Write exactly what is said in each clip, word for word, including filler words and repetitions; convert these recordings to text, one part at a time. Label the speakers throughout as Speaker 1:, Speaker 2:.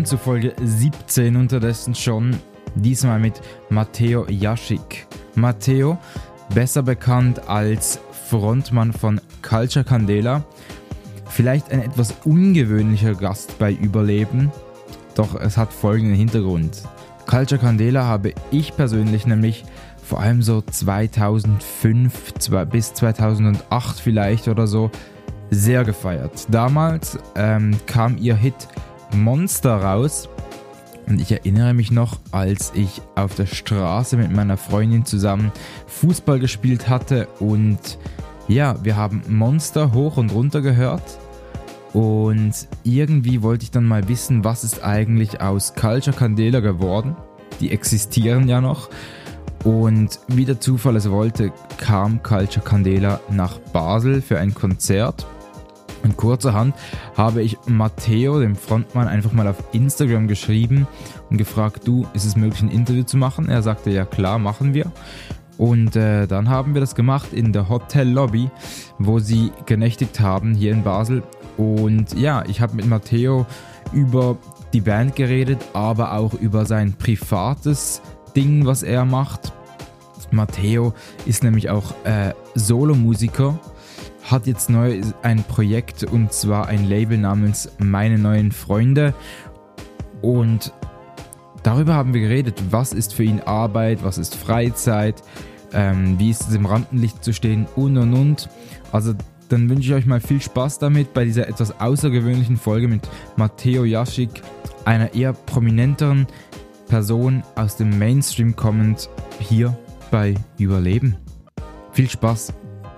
Speaker 1: Willkommen zu Folge siebzehn unterdessen schon, diesmal mit Matteo Jaschik. Matteo, besser bekannt als Frontmann von Culture Candela, vielleicht ein etwas ungewöhnlicher Gast bei Überleben, doch es hat folgenden Hintergrund. Culture Candela habe ich persönlich nämlich vor allem so zweitausendfünf bis zweitausendacht vielleicht oder so sehr gefeiert. Damals ähm, kam ihr Hit Monster raus und ich erinnere mich noch, als ich auf der Straße mit meiner Freundin zusammen Fußball gespielt hatte und ja, wir haben Monster hoch und runter gehört und irgendwie wollte ich dann mal wissen, was ist eigentlich aus Culture Candela geworden. Die existieren ja noch und wie der Zufall es wollte, kam Culture Candela nach Basel für ein Konzert. Und kurzerhand habe ich Matteo, dem Frontmann, einfach mal auf Instagram geschrieben und gefragt, du, ist es möglich, ein Interview zu machen? Er sagte, ja klar, machen wir. Und äh, dann haben wir das gemacht in der Hotellobby, wo sie genächtigt haben, hier in Basel. Und ja, ich habe mit Matteo über die Band geredet, aber auch über sein privates Ding, was er macht. Matteo ist nämlich auch äh, Solomusiker, hat jetzt neu ein Projekt und zwar ein Label namens Meine Neuen Freunde und darüber haben wir geredet, was ist für ihn Arbeit, was ist Freizeit, ähm, wie ist es im Rampenlicht zu stehen und und und. Also dann wünsche ich euch mal viel Spaß damit bei dieser etwas außergewöhnlichen Folge mit Matteo Jaschik, einer eher prominenteren Person aus dem Mainstream kommend, hier bei Überleben. Viel Spaß!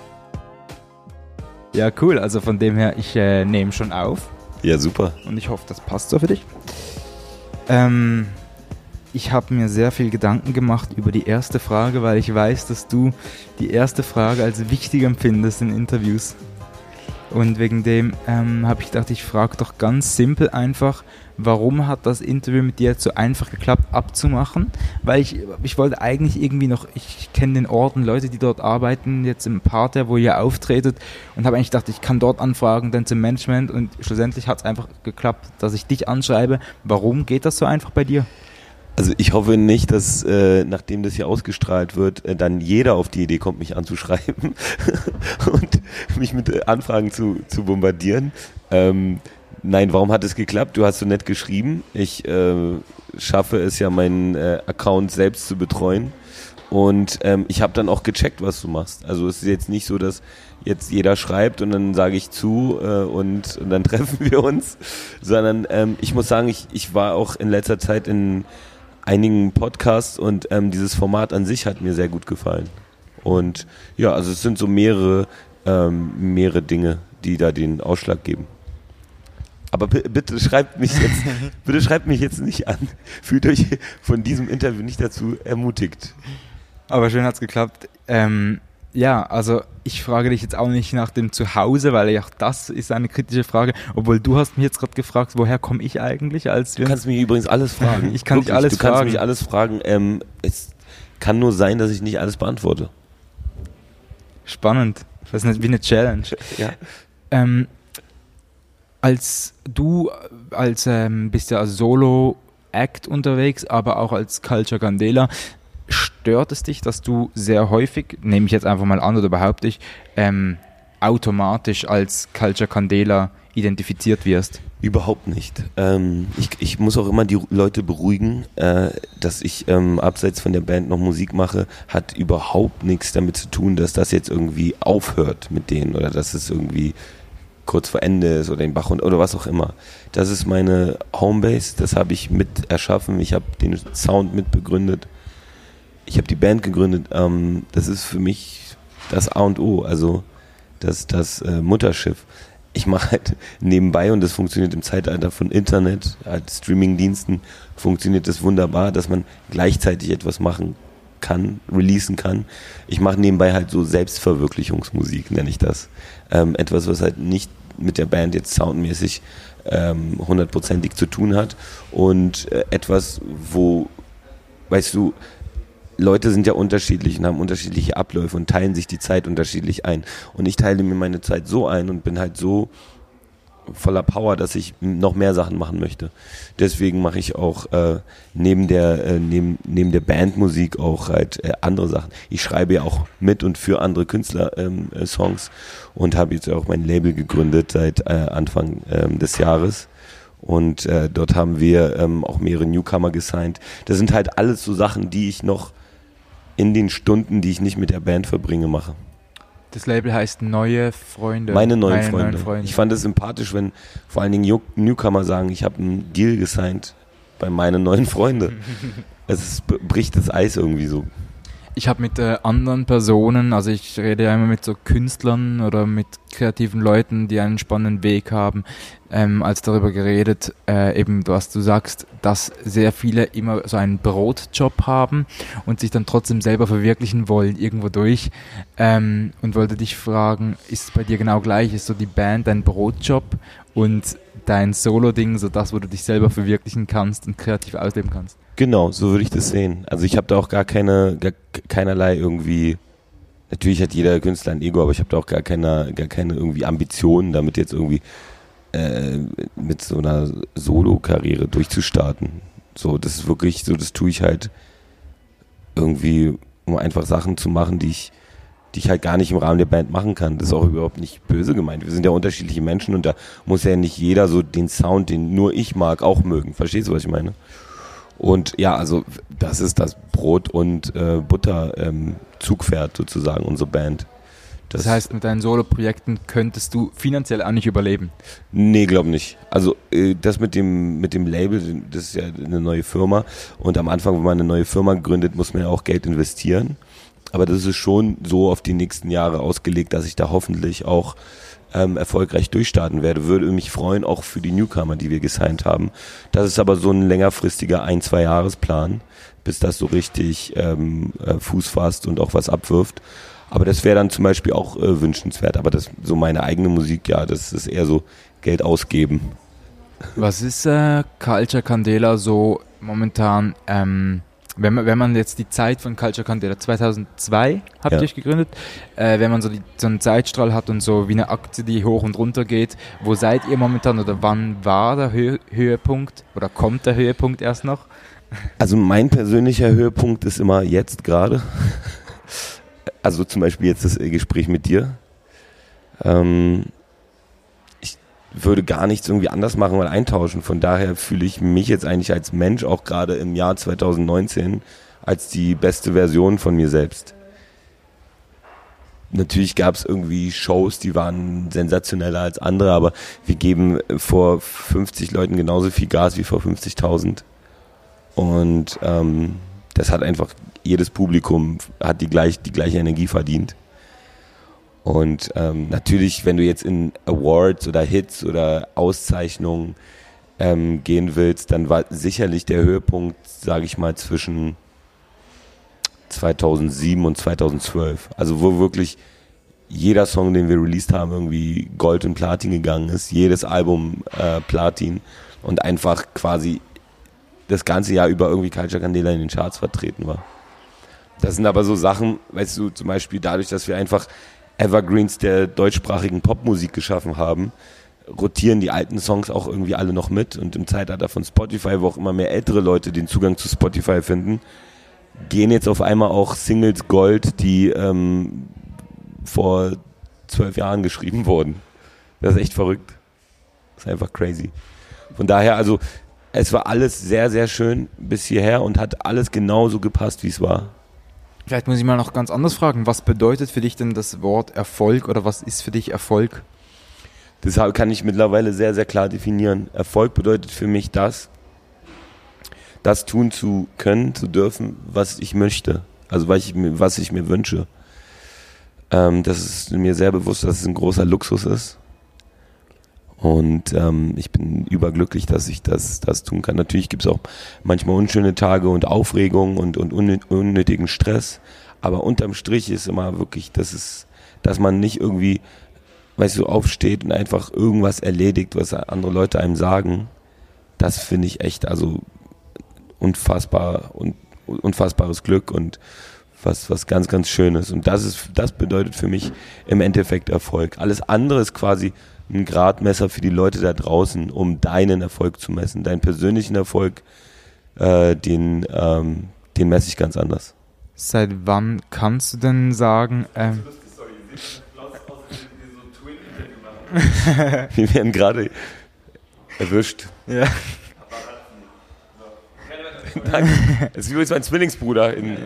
Speaker 1: Ja, cool. Also von dem her, ich äh, nehme schon auf.
Speaker 2: Ja, super.
Speaker 1: Und ich hoffe, das passt so für dich. Ähm, ich habe mir sehr viel Gedanken gemacht über die erste Frage, weil ich weiß, dass du die erste Frage als wichtig empfindest in Interviews. Und wegen dem ähm, habe ich gedacht, ich frage doch ganz simpel einfach, warum hat das Interview mit dir jetzt so einfach geklappt abzumachen? Weil ich, ich wollte eigentlich irgendwie noch, ich kenne den Ort und Leute, die dort arbeiten, jetzt im Parterre, wo ihr auftretet und habe eigentlich gedacht, ich kann dort anfragen, dann zum Management und schlussendlich hat es einfach geklappt, dass ich dich anschreibe. Warum geht das so einfach bei dir?
Speaker 2: Also ich hoffe nicht, dass äh, nachdem das hier ausgestrahlt wird, äh, dann jeder auf die Idee kommt, mich anzuschreiben und mich mit äh, Anfragen zu, zu bombardieren. Ähm, nein, warum hat es geklappt? Du hast so nett geschrieben. Ich äh, schaffe es ja, meinen äh, Account selbst zu betreuen und ähm, ich habe dann auch gecheckt, was du machst. Also es ist jetzt nicht so, dass jetzt jeder schreibt und dann sage ich zu äh, und, und dann treffen wir uns, sondern ähm, ich muss sagen, ich, ich war auch in letzter Zeit in einigen Podcasts und ähm, dieses Format an sich hat mir sehr gut gefallen. Und ja, also es sind so mehrere, ähm, mehrere Dinge, die da den Ausschlag geben. Aber b- bitte schreibt mich jetzt, bitte schreibt mich jetzt nicht an. Fühlt euch von diesem Interview nicht dazu ermutigt.
Speaker 1: Aber schön hat's geklappt. Ähm, ja, also ich frage dich jetzt auch nicht nach dem Zuhause, weil ja, das ist eine kritische Frage, obwohl du hast mich jetzt gerade gefragt, woher komme ich eigentlich? Als wir
Speaker 2: du kannst mich übrigens alles fragen.
Speaker 1: Ich kann
Speaker 2: Wirklich,
Speaker 1: dich alles
Speaker 2: du
Speaker 1: fragen.
Speaker 2: Du kannst mich alles fragen. Ähm, es kann nur sein, dass ich nicht alles beantworte.
Speaker 1: Spannend. Das ist eine, wie eine Challenge.
Speaker 2: Ja.
Speaker 1: Ähm, als du als ähm, bist ja als Solo-Act unterwegs, aber auch als Culture Candela, stört es dich, dass du sehr häufig, nehme ich jetzt einfach mal an oder behaupte ich, ähm, automatisch als Culture Candela identifiziert wirst?
Speaker 2: Überhaupt nicht. Ähm, ich, ich muss auch immer die Leute beruhigen, äh, dass ich ähm, abseits von der Band noch Musik mache, hat überhaupt nichts damit zu tun, dass das jetzt irgendwie aufhört mit denen oder dass es irgendwie kurz vor Ende ist oder den Bach und, oder was auch immer. Das ist meine Homebase, das habe ich mit erschaffen, ich habe den Sound mit begründet. Ich habe die Band gegründet, ähm, das ist für mich das A und O, also das, das äh, Mutterschiff. Ich mache halt nebenbei, und das funktioniert im Zeitalter von Internet, halt Streamingdiensten, funktioniert das wunderbar, dass man gleichzeitig etwas machen kann, releasen kann. Ich mache nebenbei halt so Selbstverwirklichungsmusik, nenne ich das. Ähm, etwas, was halt nicht mit der Band jetzt soundmäßig ähm, hundertprozentig zu tun hat und äh, etwas, wo, weißt du, Leute sind ja unterschiedlich und haben unterschiedliche Abläufe und teilen sich die Zeit unterschiedlich ein. Und ich teile mir meine Zeit so ein und bin halt so voller Power, dass ich noch mehr Sachen machen möchte. Deswegen mache ich auch äh, neben der äh, neben neben der Bandmusik auch halt äh, andere Sachen. Ich schreibe ja auch mit und für andere Künstler ähm, äh, Songs und habe jetzt auch mein Label gegründet seit äh, Anfang ähm, des Jahres. Und äh, dort haben wir ähm, auch mehrere Newcomer gesigned. Das sind halt alles so Sachen, die ich noch in den Stunden, die ich nicht mit der Band verbringe, mache.
Speaker 1: Das Label heißt Neue Freunde.
Speaker 2: Meine neuen,
Speaker 1: Meine
Speaker 2: Freunde.
Speaker 1: neuen Freunde.
Speaker 2: Ich fand es sympathisch, wenn vor allen Dingen Newcomer sagen, ich habe einen Deal gesigned bei Meine neuen Freunde. Es ist, bricht das Eis irgendwie so.
Speaker 1: Ich habe mit äh, anderen Personen, also ich rede ja immer mit so Künstlern oder mit kreativen Leuten, die einen spannenden Weg haben, ähm, als darüber geredet, äh, eben was du sagst, dass sehr viele immer so einen Brotjob haben und sich dann trotzdem selber verwirklichen wollen, irgendwo durch. Ähm, und wollte dich fragen, ist es bei dir genau gleich? Ist so die Band dein Brotjob und dein Solo-Ding so das, wo du dich selber verwirklichen kannst und kreativ ausleben kannst?
Speaker 2: Genau, so würde ich das sehen. Also ich habe da auch gar keine, gar keinerlei irgendwie, natürlich hat jeder Künstler ein Ego, aber ich habe da auch gar keine, gar keine irgendwie Ambitionen, damit jetzt irgendwie äh, mit so einer Solo-Karriere durchzustarten. So, das ist wirklich so, das tue ich halt irgendwie, um einfach Sachen zu machen, die ich, die ich halt gar nicht im Rahmen der Band machen kann. Das ist auch überhaupt nicht böse gemeint. Wir sind ja unterschiedliche Menschen und da muss ja nicht jeder so den Sound, den nur ich mag, auch mögen. Verstehst du, was ich meine? Und ja, also das ist das Brot- und äh, Butter-Zugpferd ähm, sozusagen, unsere Band.
Speaker 1: Das, das heißt, mit deinen Solo-Projekten könntest du finanziell auch nicht überleben?
Speaker 2: Nee, glaub nicht. Also äh, das mit dem mit dem Label, das ist ja eine neue Firma und am Anfang, wenn man eine neue Firma gründet, muss man ja auch Geld investieren. Aber das ist schon so auf die nächsten Jahre ausgelegt, dass ich da hoffentlich auch Ähm, erfolgreich durchstarten werde. Würde mich freuen, auch für die Newcomer, die wir gesigned haben. Das ist aber so ein längerfristiger ein-, zwei Jahresplan, bis das so richtig ähm, äh, Fuß fasst und auch was abwirft. Aber das wäre dann zum Beispiel auch äh, wünschenswert. Aber das so meine eigene Musik, ja, das ist eher so Geld ausgeben.
Speaker 1: Was ist äh, Culture Candela so momentan, ähm, wenn man, wenn man jetzt die Zeit von Culture Candela zweitausendzwei habt ihr
Speaker 2: Ja.
Speaker 1: euch gegründet, äh, wenn man so, die, so einen Zeitstrahl hat und so wie eine Aktie, die hoch und runter geht, wo seid ihr momentan oder wann war der Hö- Höhepunkt oder kommt der Höhepunkt erst noch?
Speaker 2: Also mein persönlicher Höhepunkt ist immer jetzt gerade. Also zum Beispiel jetzt das Gespräch mit dir. Ähm, ich würde gar nichts irgendwie anders machen oder eintauschen. Von daher fühle ich mich jetzt eigentlich als Mensch auch gerade im Jahr zweitausendneunzehn als die beste Version von mir selbst. Natürlich gab es irgendwie Shows, die waren sensationeller als andere, aber wir geben vor fünfzig Leuten genauso viel Gas wie vor fünfzigtausend. Und ähm, das hat einfach, jedes Publikum hat die, gleich, die gleiche Energie verdient. Und ähm, natürlich, wenn du jetzt in Awards oder Hits oder Auszeichnungen ähm, gehen willst, dann war sicherlich der Höhepunkt, sage ich mal, zwischen zweitausendsieben und zweitausendzwölf. Also wo wirklich jeder Song, den wir released haben, irgendwie Gold und Platin gegangen ist, jedes Album äh, Platin und einfach quasi das ganze Jahr über irgendwie Culture Candela in den Charts vertreten war. Das sind aber so Sachen, weißt du, zum Beispiel dadurch, dass wir einfach Evergreens der deutschsprachigen Popmusik geschaffen haben, rotieren die alten Songs auch irgendwie alle noch mit und im Zeitalter von Spotify, wo auch immer mehr ältere Leute den Zugang zu Spotify finden, gehen jetzt auf einmal auch Singles Gold, die ähm, vor zwölf Jahren geschrieben wurden. Das ist echt verrückt. Das ist einfach crazy. Von daher, also es war alles sehr, sehr schön bis hierher und hat alles genauso gepasst, wie es war.
Speaker 1: Vielleicht muss ich mal noch ganz anders fragen, was bedeutet für dich denn das Wort Erfolg oder was ist für dich Erfolg?
Speaker 2: Das kann ich mittlerweile sehr, sehr klar definieren. Erfolg bedeutet für mich das, das tun zu können, zu dürfen, was ich möchte. Also was ich mir, was ich mir wünsche. Ähm, das ist mir sehr bewusst, dass es ein großer Luxus ist. Und ähm, ich bin überglücklich, dass ich das, das tun kann. Natürlich gibt es auch manchmal unschöne Tage und Aufregung und, und unnötigen Stress. Aber unterm Strich ist immer wirklich, dass, es, dass man nicht irgendwie, weißt du, aufsteht und einfach irgendwas erledigt, was andere Leute einem sagen. Das finde ich echt, also unfassbar und unfassbares Glück und was, was ganz, ganz Schönes. Und das ist, das bedeutet für mich im Endeffekt Erfolg. Alles andere ist quasi ein Gradmesser für die Leute da draußen, um deinen Erfolg zu messen. Deinen persönlichen Erfolg, äh, den, ähm, den messe ich ganz anders.
Speaker 1: Seit wann kannst du denn sagen, ähm,
Speaker 2: wir werden gerade erwischt.
Speaker 1: Ja.
Speaker 2: Danke. Das ist übrigens mein Zwillingsbruder. In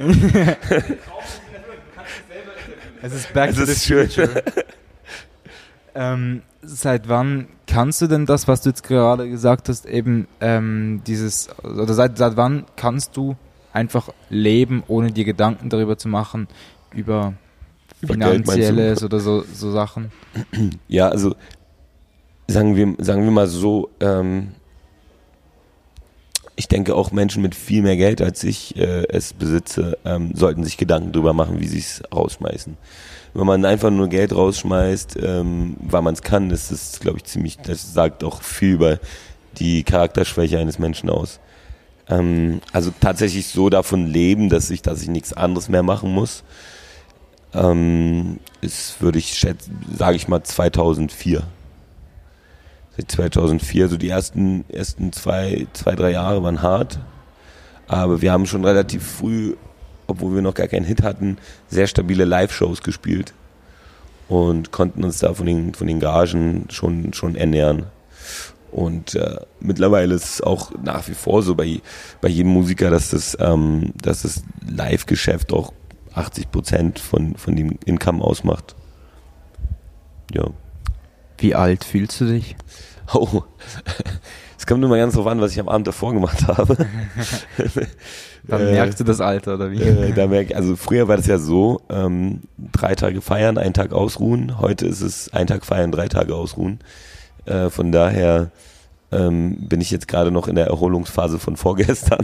Speaker 1: Es ist back
Speaker 2: Es
Speaker 1: to the
Speaker 2: ist schön.
Speaker 1: future. ähm, seit wann kannst du denn das, was du jetzt gerade gesagt hast, eben ähm, dieses, oder seit, seit wann kannst du einfach leben, ohne dir Gedanken darüber zu machen, über
Speaker 2: Über Geld, meinst du?
Speaker 1: Finanzielles oder so, so Sachen?
Speaker 2: Ja, also sagen wir, sagen wir mal so, ähm, ich denke auch Menschen mit viel mehr Geld als ich äh, es besitze, ähm, sollten sich Gedanken darüber machen, wie sie es rausschmeißen. Wenn man einfach nur Geld rausschmeißt, ähm, weil man es kann, ist das, glaube ich, ziemlich, das sagt auch viel über die Charakterschwäche eines Menschen aus. Ähm, also tatsächlich so davon leben, dass ich, dass ich nichts anderes mehr machen muss, ähm, ist, würde ich schätzen, sage ich mal zweitausendvier. Seit zweitausendvier, so die ersten, ersten zwei, zwei, drei Jahre waren hart, aber wir haben schon relativ früh, obwohl wir noch gar keinen Hit hatten, sehr stabile Live-Shows gespielt und konnten uns da von den, von den Gagen schon, schon ernähren. Und äh, mittlerweile ist es auch nach wie vor so bei, bei jedem Musiker, dass das, ähm, dass das Live-Geschäft auch achtzig Prozent von, von dem Income ausmacht. Ja.
Speaker 1: Wie alt fühlst du dich?
Speaker 2: Oh, es kommt immer ganz drauf an, was ich am Abend davor gemacht habe.
Speaker 1: Dann
Speaker 2: äh,
Speaker 1: merkst du das Alter, oder wie?
Speaker 2: Äh, da merk, also früher war das ja so, ähm, drei Tage feiern, einen Tag ausruhen. Heute ist es ein Tag feiern, drei Tage ausruhen. Äh, von daher ähm, bin ich jetzt gerade noch in der Erholungsphase von vorgestern.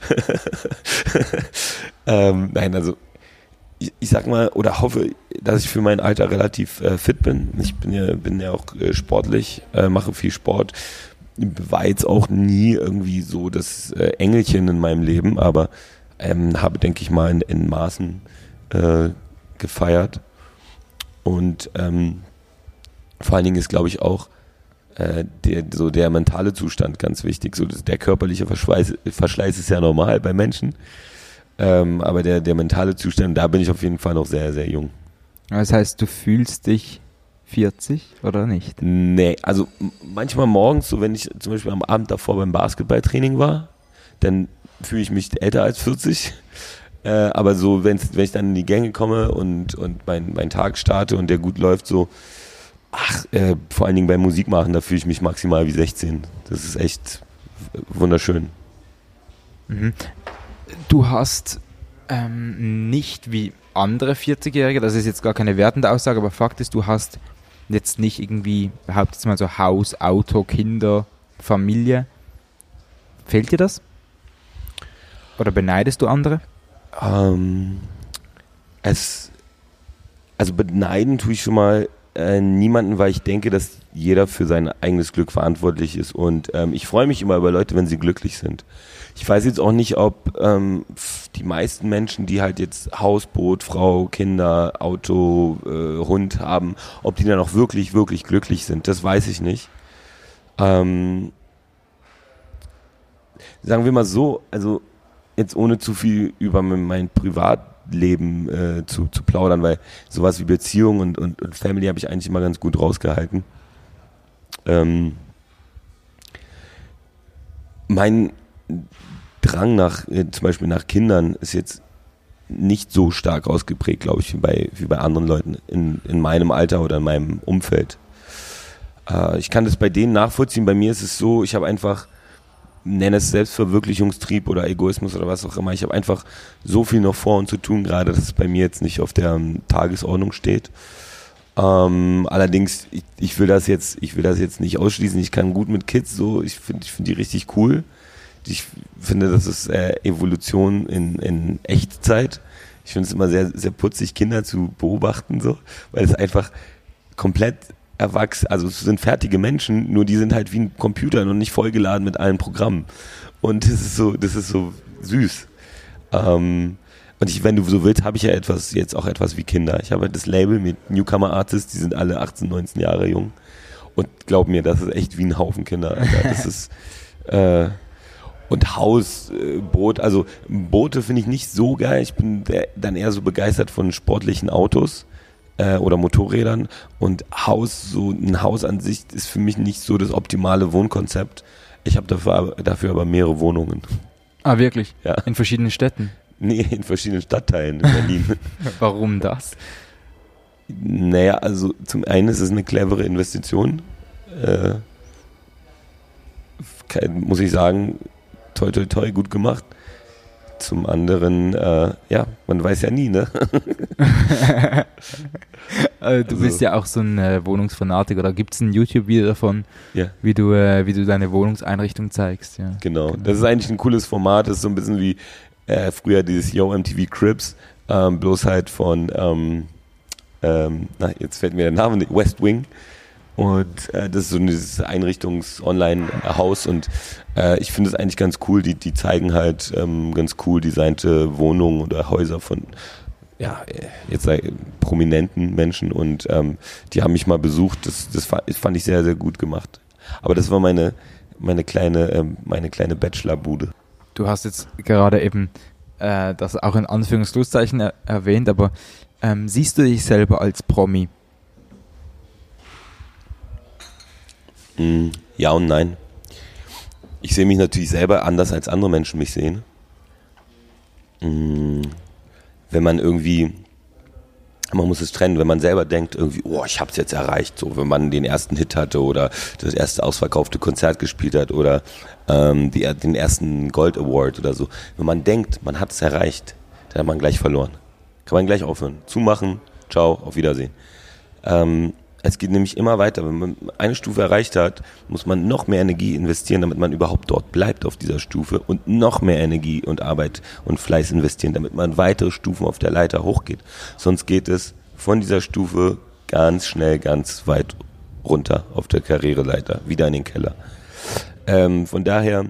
Speaker 2: ähm, nein, also ich, ich sag mal oder hoffe, dass ich für mein Alter relativ äh, fit bin. Ich bin ja, bin ja auch äh, sportlich, äh, mache viel Sport. War jetzt auch nie irgendwie so das äh, Engelchen in meinem Leben, aber ähm, habe, denke ich mal, in, in Maßen äh, gefeiert. Und ähm, vor allen Dingen ist, glaube ich, auch äh, der, so der mentale Zustand ganz wichtig. So, der körperliche Verschweiß, Verschleiß ist ja normal bei Menschen, ähm, aber der, der mentale Zustand, da bin ich auf jeden Fall noch sehr, sehr jung.
Speaker 1: Das heißt, du fühlst dich vierzig oder nicht?
Speaker 2: Nee, also manchmal morgens, so wenn ich zum Beispiel am Abend davor beim Basketballtraining war, dann fühle ich mich älter als vierzig. Äh, aber so, wenn ich dann in die Gänge komme und, und mein, mein Tag starte und der gut läuft, so, ach, äh, vor allen Dingen beim Musikmachen, da fühle ich mich maximal wie sechzehn. Das ist echt wunderschön.
Speaker 1: Mhm. Du hast ähm, nicht wie andere vierzigjährige, das ist jetzt gar keine wertende Aussage, aber Fakt ist, du hast jetzt nicht irgendwie, behauptet jetzt mal so Haus, Auto, Kinder, Familie. Fehlt dir das? Oder beneidest du andere?
Speaker 2: Ähm, es, also beneiden tue ich schon mal äh, niemanden, weil ich denke, dass jeder für sein eigenes Glück verantwortlich ist und ähm, ich freue mich immer über Leute, wenn sie glücklich sind. Ich weiß jetzt auch nicht, ob ähm, die meisten Menschen, die halt jetzt Haus, Boot, Frau, Kinder, Auto, äh, Hund haben, ob die dann auch wirklich, wirklich glücklich sind. Das weiß ich nicht. Ähm, sagen wir mal so, also jetzt ohne zu viel über mein Privatleben äh, zu, zu plaudern, weil sowas wie Beziehung und, und, und Family habe ich eigentlich immer ganz gut rausgehalten. Ähm, mein Drang nach, äh, zum Beispiel nach Kindern ist jetzt nicht so stark ausgeprägt, glaube ich, wie bei, wie bei anderen Leuten in, in meinem Alter oder in meinem Umfeld. Äh, ich kann das bei denen nachvollziehen. Bei mir ist es so, ich habe einfach, nenne es Selbstverwirklichungstrieb oder Egoismus oder was auch immer. Ich habe einfach so viel noch vor und zu tun gerade, dass es bei mir jetzt nicht auf der um, Tagesordnung steht. Ähm, allerdings, ich, ich will das jetzt, ich will das jetzt nicht ausschließen. Ich kann gut mit Kids, so, ich finde, ich finde die richtig cool. Ich finde, das ist äh, Evolution in, in Echtzeit. Ich finde es immer sehr, sehr putzig, Kinder zu beobachten, so, weil es einfach komplett erwachsen, also es sind fertige Menschen, nur die sind halt wie ein Computer und nicht vollgeladen mit allen Programmen. Und das ist so, das ist so süß. Ähm, Und ich, wenn du so willst, habe ich ja etwas, jetzt auch etwas wie Kinder. Ich habe das Label mit Newcomer Artists, die sind alle achtzehn, neunzehn Jahre jung. Und glaub mir, das ist echt wie ein Haufen Kinder, Alter. Das ist, äh, und Haus, äh, Boot, also Boote finde ich nicht so geil. Ich bin der, dann eher so begeistert von sportlichen Autos äh, oder Motorrädern. Und Haus, so ein Haus an sich ist für mich nicht so das optimale Wohnkonzept. Ich habe dafür, dafür aber mehrere Wohnungen.
Speaker 1: Ah, wirklich?
Speaker 2: Ja.
Speaker 1: In verschiedenen Städten?
Speaker 2: Nee, in verschiedenen Stadtteilen in Berlin.
Speaker 1: Warum das?
Speaker 2: Naja, also zum einen ist es eine clevere Investition. Äh, muss ich sagen, toi toi toi, gut gemacht. Zum anderen, äh, ja, man weiß ja nie, ne?
Speaker 1: Also, du bist ja auch so ein äh, Wohnungsfanatiker. Da gibt es ein YouTube-Video davon,
Speaker 2: ja.
Speaker 1: wie du äh, wie du deine Wohnungseinrichtung zeigst. Ja.
Speaker 2: Genau, das ist eigentlich ein cooles Format. Das ist so ein bisschen wie äh, früher dieses Yo M T V Cribs, ähm, bloß halt von, ähm, ähm, na, jetzt fällt mir der Name nicht, West Wing. Und äh, das ist so dieses Einrichtungs-Online-Haus und äh, ich finde es eigentlich ganz cool, die, die zeigen halt ähm, ganz cool designte Wohnungen oder Häuser von ja, jetzt sei, prominenten Menschen und ähm, die haben mich mal besucht, das, das fand ich sehr, sehr gut gemacht. Aber das war meine, meine kleine, ähm, meine kleine Bachelorbude.
Speaker 1: Du hast jetzt gerade eben äh, das auch in Anführungszeichen er- erwähnt, aber ähm, siehst du dich selber als Promi?
Speaker 2: Ja und nein. Ich sehe mich natürlich selber anders, als andere Menschen mich sehen. Wenn man irgendwie, man muss es trennen, wenn man selber denkt, irgendwie, oh, ich hab's jetzt erreicht, so, wenn man den ersten Hit hatte oder das erste ausverkaufte Konzert gespielt hat oder ähm, die, den ersten Gold Award oder so. Wenn man denkt, man hat es erreicht, dann hat man gleich verloren. Kann man gleich aufhören. Zumachen, ciao, auf Wiedersehen. Ähm, Es geht nämlich immer weiter. Wenn man eine Stufe erreicht hat, muss man noch mehr Energie investieren, damit man überhaupt dort bleibt auf dieser Stufe und noch mehr Energie und Arbeit und Fleiß investieren, damit man weitere Stufen auf der Leiter hochgeht. Sonst geht es von dieser Stufe ganz schnell ganz weit runter auf der Karriereleiter, wieder in den Keller. Ähm, von daher,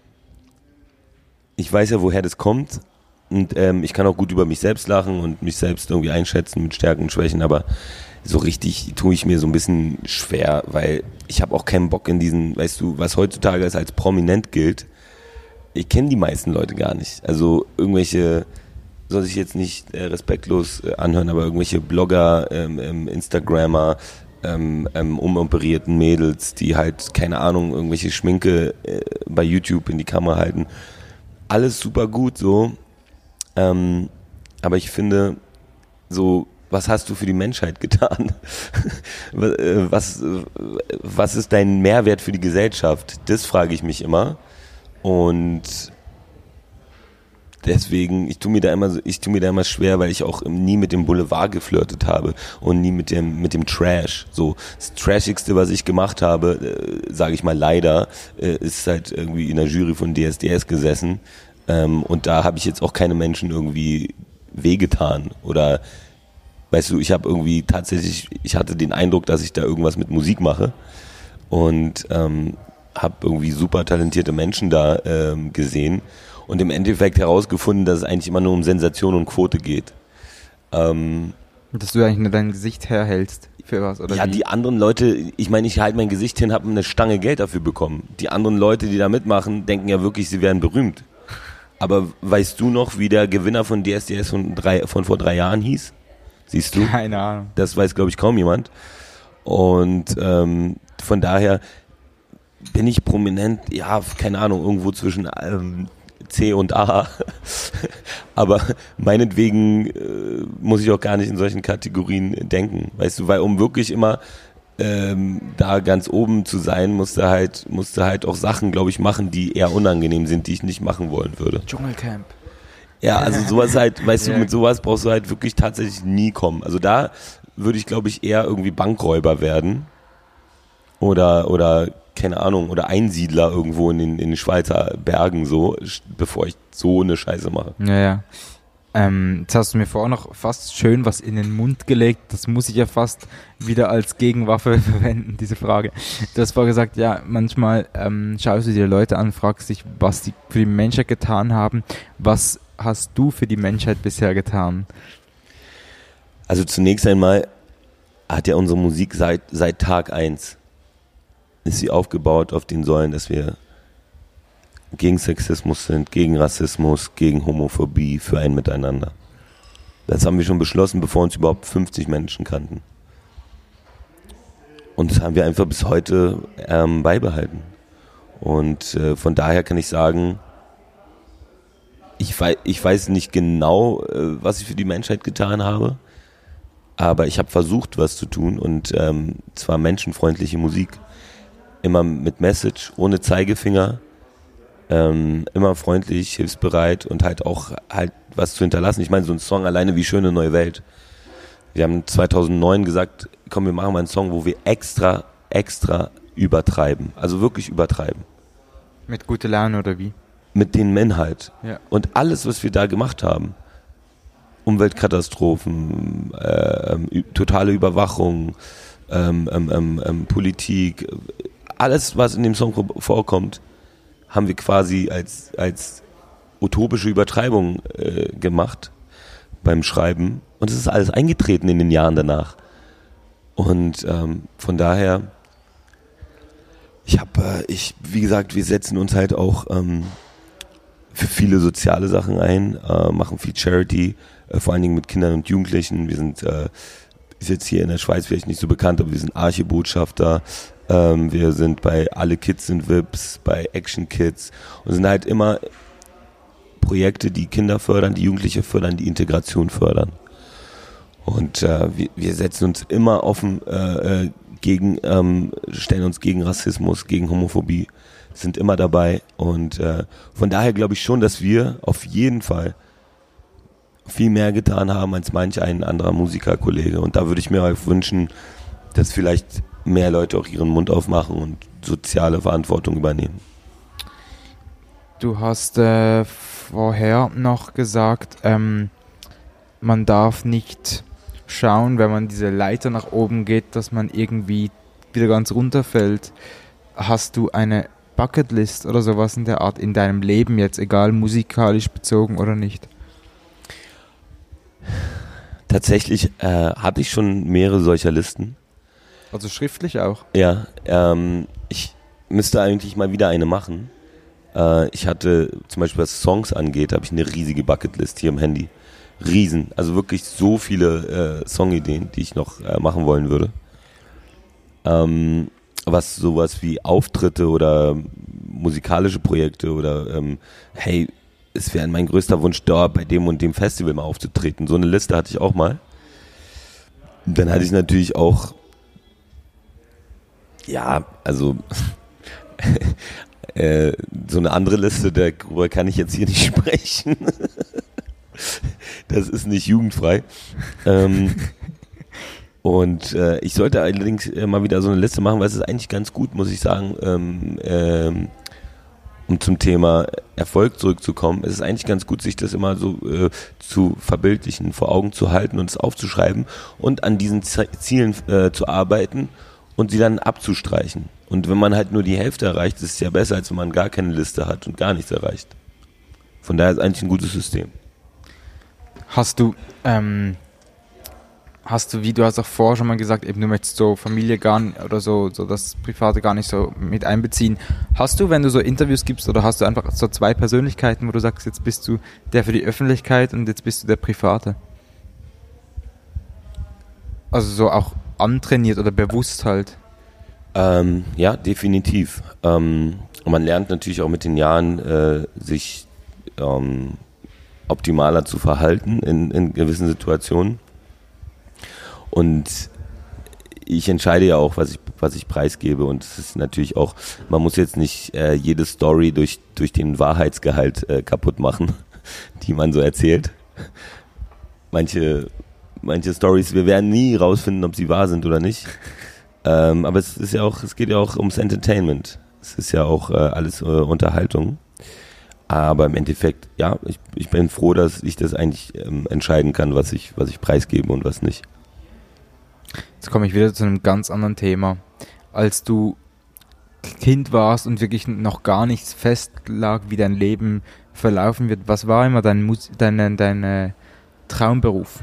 Speaker 2: ich weiß ja, woher das kommt und ähm, ich kann auch gut über mich selbst lachen und mich selbst irgendwie einschätzen mit Stärken und Schwächen, aber so richtig tue ich mir so ein bisschen schwer, weil ich habe auch keinen Bock in diesen, weißt du, was heutzutage als prominent gilt, ich kenne die meisten Leute gar nicht. Also irgendwelche, soll sich jetzt nicht äh, respektlos äh, anhören, aber irgendwelche Blogger, ähm, ähm, Instagrammer, ähm, ähm, umoperierten Mädels, die halt, keine Ahnung, irgendwelche Schminke äh, bei YouTube in die Kamera halten. Alles super gut so, ähm, aber ich finde so, was hast du für die Menschheit getan? Was, was ist dein Mehrwert für die Gesellschaft? Das frage ich mich immer. Und deswegen, ich tue mir da immer, ich tue mir da immer schwer, weil ich auch nie mit dem Boulevard geflirtet habe und nie mit dem, mit dem Trash. So, das Trashigste, was ich gemacht habe, äh, sage ich mal leider, äh, ist halt irgendwie in der Jury von D S D S gesessen. Ähm, und da habe ich jetzt auch keine Menschen irgendwie wehgetan oder weißt du, ich habe irgendwie tatsächlich, ich hatte den Eindruck, dass ich da irgendwas mit Musik mache und ähm, habe irgendwie super talentierte Menschen da ähm, gesehen und im Endeffekt herausgefunden, dass es eigentlich immer nur um Sensation und Quote geht. Ähm,
Speaker 1: Dass du eigentlich nur dein Gesicht herhältst für was, oder
Speaker 2: ja,
Speaker 1: wie?
Speaker 2: die anderen Leute, ich meine, ich halte mein Gesicht hin, habe eine Stange Geld dafür bekommen. Die anderen Leute, die da mitmachen, denken ja wirklich, sie wären berühmt. Aber weißt du noch, wie der Gewinner von D S D S von, drei, von vor drei Jahren hieß? Siehst du?
Speaker 1: Keine Ahnung.
Speaker 2: Das weiß, glaube ich, kaum jemand. Und ähm, von daher bin ich prominent, ja, keine Ahnung, irgendwo zwischen ähm, C und A. Aber meinetwegen äh, muss ich auch gar nicht in solchen Kategorien denken. Weißt du, weil um wirklich immer ähm, da ganz oben zu sein, musst du halt, musst du halt auch Sachen, glaube ich, machen, die eher unangenehm sind, die ich nicht machen wollen würde.
Speaker 1: Dschungelcamp.
Speaker 2: Ja, also sowas halt, weißt
Speaker 1: Ja.
Speaker 2: du, mit sowas brauchst du halt wirklich tatsächlich nie kommen. Also da würde ich, glaube ich, eher irgendwie Bankräuber werden oder, oder keine Ahnung, oder Einsiedler irgendwo in den, in den Schweizer Bergen so, bevor ich so eine Scheiße mache.
Speaker 1: Ja, ja. Ähm, jetzt hast du mir vorher noch fast schön was in den Mund gelegt. Das muss ich ja fast wieder als Gegenwaffe verwenden, diese Frage. Du hast vorher gesagt, ja, manchmal ähm, schaust du dir Leute an, fragst dich, was die für die Menschheit getan haben, was hast du für die Menschheit bisher getan?
Speaker 2: Also zunächst einmal hat ja unsere Musik seit, seit Tag eins ist sie aufgebaut auf den Säulen, dass wir gegen Sexismus sind, gegen Rassismus, gegen Homophobie, für ein Miteinander. Das haben wir schon beschlossen, bevor uns überhaupt fünfzig Menschen kannten. Und das haben wir einfach bis heute ähm, beibehalten. Und äh, von daher kann ich sagen, ich weiß, ich weiß nicht genau, äh, was ich für die Menschheit getan habe, aber ich habe versucht, was zu tun, und ähm, zwar menschenfreundliche Musik, immer mit Message, ohne Zeigefinger, ähm, immer freundlich, hilfsbereit und halt auch halt was zu hinterlassen. Ich meine, so ein Song alleine wie Schöne neue Welt. Wir haben zweitausendneun gesagt, komm, wir machen mal einen Song, wo wir extra, extra übertreiben. Also wirklich übertreiben.
Speaker 1: Mit guter Laune oder wie?
Speaker 2: Mit dem Inhalt.
Speaker 1: Ja.
Speaker 2: Und alles, was wir da gemacht haben, Umweltkatastrophen, äh, äh, totale Überwachung, ähm, ähm, ähm, Politik, alles, was in dem Song vorkommt, haben wir quasi als, als utopische Übertreibung äh, gemacht beim Schreiben. Und es ist alles eingetreten in den Jahren danach. Und ähm, von daher, ich habe, äh, ich, wie gesagt, wir setzen uns halt auch ähm, für viele soziale Sachen ein, äh, machen viel Charity, äh, vor allen Dingen mit Kindern und Jugendlichen. Wir sind, äh, ist jetzt hier in der Schweiz vielleicht nicht so bekannt, aber wir sind Archebotschafter. Ähm, wir sind bei Alle Kids sind V I Ps, bei Action Kids, und sind halt immer Projekte, die Kinder fördern, die Jugendliche fördern, die Integration fördern. Und äh, wir, wir setzen uns immer offen äh, äh, gegen, ähm, stellen uns gegen Rassismus, gegen Homophobie, sind immer dabei. Und äh, von daher glaube ich schon, dass wir auf jeden Fall viel mehr getan haben als manch ein anderer Musikerkollege. Und da würde ich mir auch wünschen, dass vielleicht mehr Leute auch ihren Mund aufmachen und soziale Verantwortung übernehmen.
Speaker 1: Du hast äh, vorher noch gesagt, ähm, man darf nicht schauen, wenn man diese Leiter nach oben geht, dass man irgendwie wieder ganz runterfällt. Hast du eine Bucketlist oder sowas in der Art in deinem Leben jetzt, egal musikalisch bezogen oder nicht?
Speaker 2: Tatsächlich äh, habe ich schon mehrere solcher Listen.
Speaker 1: Also schriftlich auch?
Speaker 2: Ja, ähm, ich müsste eigentlich mal wieder eine machen. Äh, ich hatte, zum Beispiel was Songs angeht, habe ich eine riesige Bucketlist hier im Handy. Riesen, also wirklich so viele äh, Songideen, die ich noch äh, machen wollen würde. Ähm, was sowas wie Auftritte oder musikalische Projekte oder ähm, hey, es wäre mein größter Wunsch, da bei dem und dem Festival mal aufzutreten. So eine Liste hatte ich auch mal. Dann hatte ich natürlich auch ja, also äh, so eine andere Liste, darüber kann ich jetzt hier nicht sprechen. Das ist nicht jugendfrei. Ähm, und äh, ich sollte allerdings äh, mal wieder so eine Liste machen, weil es ist eigentlich ganz gut, muss ich sagen, ähm, ähm, um zum Thema Erfolg zurückzukommen. Es ist eigentlich ganz gut, sich das immer so äh, zu verbildlichen, vor Augen zu halten und es aufzuschreiben und an diesen Z- Zielen äh, zu arbeiten und sie dann abzustreichen. Und wenn man halt nur die Hälfte erreicht, ist es ja besser, als wenn man gar keine Liste hat und gar nichts erreicht. Von daher ist es eigentlich ein gutes System.
Speaker 1: Hast du, ähm, hast du, wie du hast auch vorher schon mal gesagt, eben du möchtest so Familie gar nicht, oder so, so das Private gar nicht so mit einbeziehen. Hast du, wenn du so Interviews gibst, oder hast du einfach so zwei Persönlichkeiten, wo du sagst, jetzt bist du der für die Öffentlichkeit und jetzt bist du der Private? Also so auch antrainiert oder bewusst halt?
Speaker 2: Ähm, ja, definitiv. Ähm, und man lernt natürlich auch mit den Jahren, äh, sich ähm, optimaler zu verhalten in, in gewissen Situationen. Und ich entscheide ja auch, was ich, was ich preisgebe. Und es ist natürlich auch, man muss jetzt nicht äh, jede Story durch, durch den Wahrheitsgehalt äh, kaputt machen, die man so erzählt. Manche, manche Stories, wir werden nie rausfinden, ob sie wahr sind oder nicht. Ähm, aber es ist ja auch, es geht ja auch ums Entertainment. Es ist ja auch äh, alles äh, Unterhaltung. Aber im Endeffekt, ja, ich, ich bin froh, dass ich das eigentlich ähm, entscheiden kann, was ich, was ich preisgebe und was nicht.
Speaker 1: Jetzt komme ich wieder zu einem ganz anderen Thema. Als du Kind warst und wirklich noch gar nichts fest lag, wie dein Leben verlaufen wird. Was war immer dein, Mus- dein, dein äh, Traumberuf?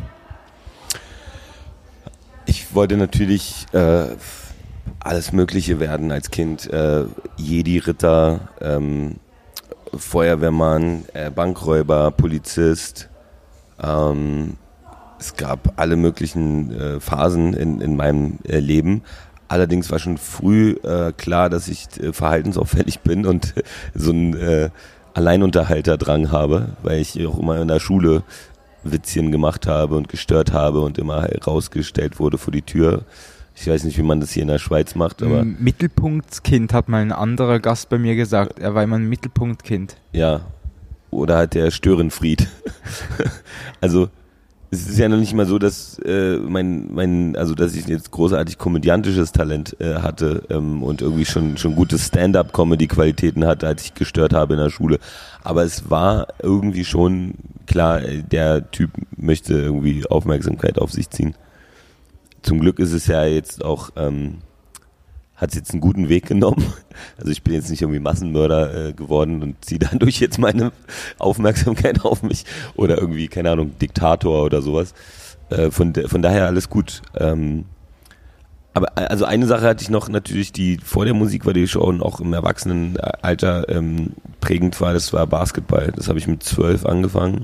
Speaker 2: Ich wollte natürlich äh, alles Mögliche werden als Kind. Äh, Jedi-Ritter, ähm, Feuerwehrmann, äh, Bankräuber, Polizist. Ähm, es gab alle möglichen äh, Phasen in, in meinem äh, Leben. Allerdings war schon früh äh, klar, dass ich äh, verhaltensauffällig bin und äh, so einen äh, Alleinunterhalterdrang habe, weil ich auch immer in der Schule Witzchen gemacht habe und gestört habe und immer rausgestellt wurde vor die Tür. Ich weiß nicht, wie man das hier in der Schweiz macht, aber...
Speaker 1: Mittelpunktskind, hat mal ein anderer Gast bei mir gesagt. Er war immer ein Mittelpunktkind.
Speaker 2: Ja, oder halt der Störenfried. Also... Es ist ja noch nicht mal so, dass äh, mein, mein, also dass ich jetzt großartig komödiantisches Talent äh, hatte ähm, und irgendwie schon schon gute Stand-up-Comedy-Qualitäten hatte, als ich gestört habe in der Schule. Aber es war irgendwie schon klar, äh, der Typ möchte irgendwie Aufmerksamkeit auf sich ziehen. Zum Glück ist es ja jetzt auch, ähm, hat es jetzt einen guten Weg genommen. Also ich bin jetzt nicht irgendwie Massenmörder äh, geworden und ziehe dadurch jetzt meine Aufmerksamkeit auf mich oder irgendwie, keine Ahnung, Diktator oder sowas. Äh, von, de- von daher alles gut. Ähm, aber also eine Sache hatte ich noch natürlich, die vor der Musik war, die schon auch im Erwachsenenalter ähm, prägend war, das war Basketball. Das habe ich mit zwölf angefangen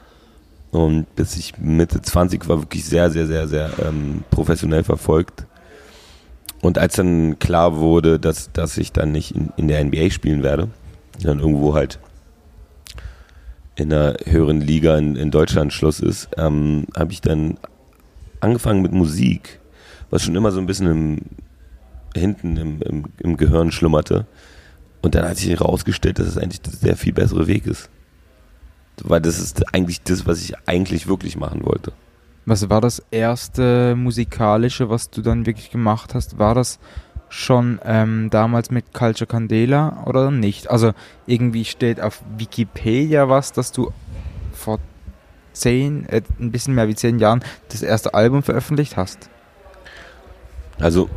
Speaker 2: und bis ich Mitte zwanzig war, wirklich sehr, sehr, sehr, sehr ähm, professionell verfolgt. Und als dann klar wurde, dass, dass ich dann nicht in, in der N B A spielen werde, dann irgendwo halt in einer höheren Liga in, in Deutschland Schluss ist, ähm, habe ich dann angefangen mit Musik, was schon immer so ein bisschen im, hinten im, im, im Gehirn schlummerte. Und dann hat sich herausgestellt, dass es eigentlich der sehr viel bessere Weg ist. Weil das ist eigentlich das, was ich eigentlich wirklich machen wollte.
Speaker 1: Was war das erste musikalische, was du dann wirklich gemacht hast? War das schon ähm, damals mit Culture Candela oder nicht? Also irgendwie steht auf Wikipedia was, dass du vor zehn, äh, ein bisschen mehr wie zehn Jahren das erste Album veröffentlicht hast.
Speaker 2: Also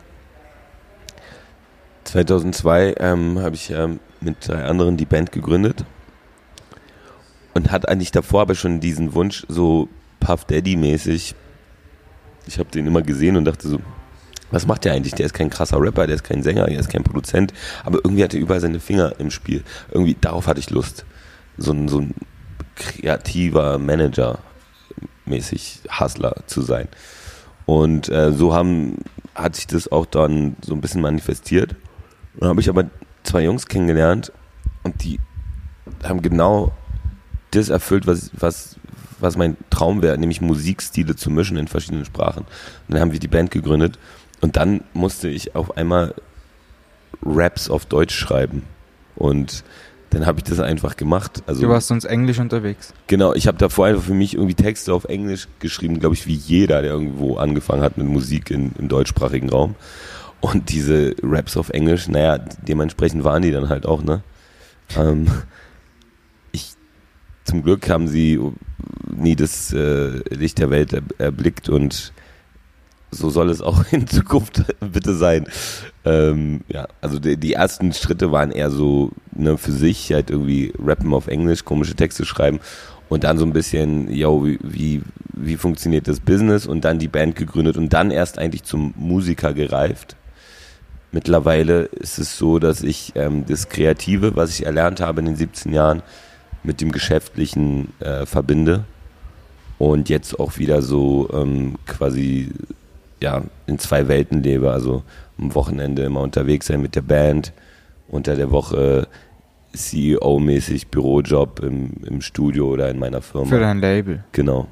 Speaker 2: zweitausendzwei ähm, habe ich ähm, mit drei anderen die Band gegründet und hatte eigentlich davor aber schon diesen Wunsch, so Puff Daddy-mäßig. Ich habe den immer gesehen und dachte so, was macht der eigentlich? Der ist kein krasser Rapper, der ist kein Sänger, der ist kein Produzent, aber irgendwie hat er überall seine Finger im Spiel. Irgendwie, darauf hatte ich Lust. So ein, so ein kreativer Manager mäßig Hustler zu sein. Und äh, so haben, hat sich das auch dann so ein bisschen manifestiert. Und dann habe ich aber zwei Jungs kennengelernt und die haben genau das erfüllt, was, was, was mein Traum wäre, nämlich Musikstile zu mischen in verschiedenen Sprachen. Und dann haben wir die Band gegründet und dann musste ich auf einmal Raps auf Deutsch schreiben. Und dann habe ich das einfach gemacht. Also,
Speaker 1: du warst sonst Englisch unterwegs.
Speaker 2: Genau, ich habe davor einfach für mich irgendwie Texte auf Englisch geschrieben, glaube ich, wie jeder, der irgendwo angefangen hat mit Musik in, im deutschsprachigen Raum. Und diese Raps auf Englisch, naja, dementsprechend waren die dann halt auch, ne? Ähm, ich, zum Glück haben sie nie das äh, Licht der Welt er, erblickt und so soll es auch in Zukunft bitte sein. Ähm, ja, also die, die ersten Schritte waren eher so, ne, für sich halt irgendwie rappen auf Englisch, komische Texte schreiben und dann so ein bisschen, yo, wie, wie, wie funktioniert das Business und dann die Band gegründet und dann erst eigentlich zum Musiker gereift. Mittlerweile ist es so, dass ich ähm, das Kreative, was ich erlernt habe in den siebzehn Jahren, mit dem Geschäftlichen äh, verbinde und jetzt auch wieder so ähm, quasi ja in zwei Welten lebe, also am Wochenende immer unterwegs sein mit der Band, unter der Woche C E O-mäßig Bürojob im, im Studio oder in meiner Firma.
Speaker 1: Für dein Label.
Speaker 2: Genau.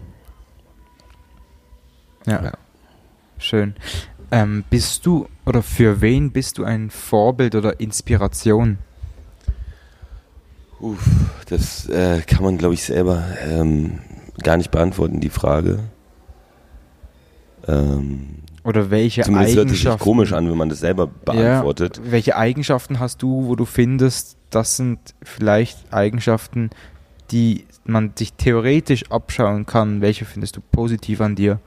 Speaker 1: Ja, ja. Schön. Ähm, bist du, oder für wen bist du ein Vorbild oder Inspiration?
Speaker 2: Uff, das äh, kann man, glaube ich, selber ähm, gar nicht beantworten, die Frage. Ähm,
Speaker 1: oder welche
Speaker 2: zumindest
Speaker 1: Eigenschaften...
Speaker 2: hört es sich komisch an, wenn man das selber beantwortet.
Speaker 1: Ja, welche Eigenschaften hast du, wo du findest, das sind vielleicht Eigenschaften, die man sich theoretisch abschauen kann? Welche findest du positiv an dir?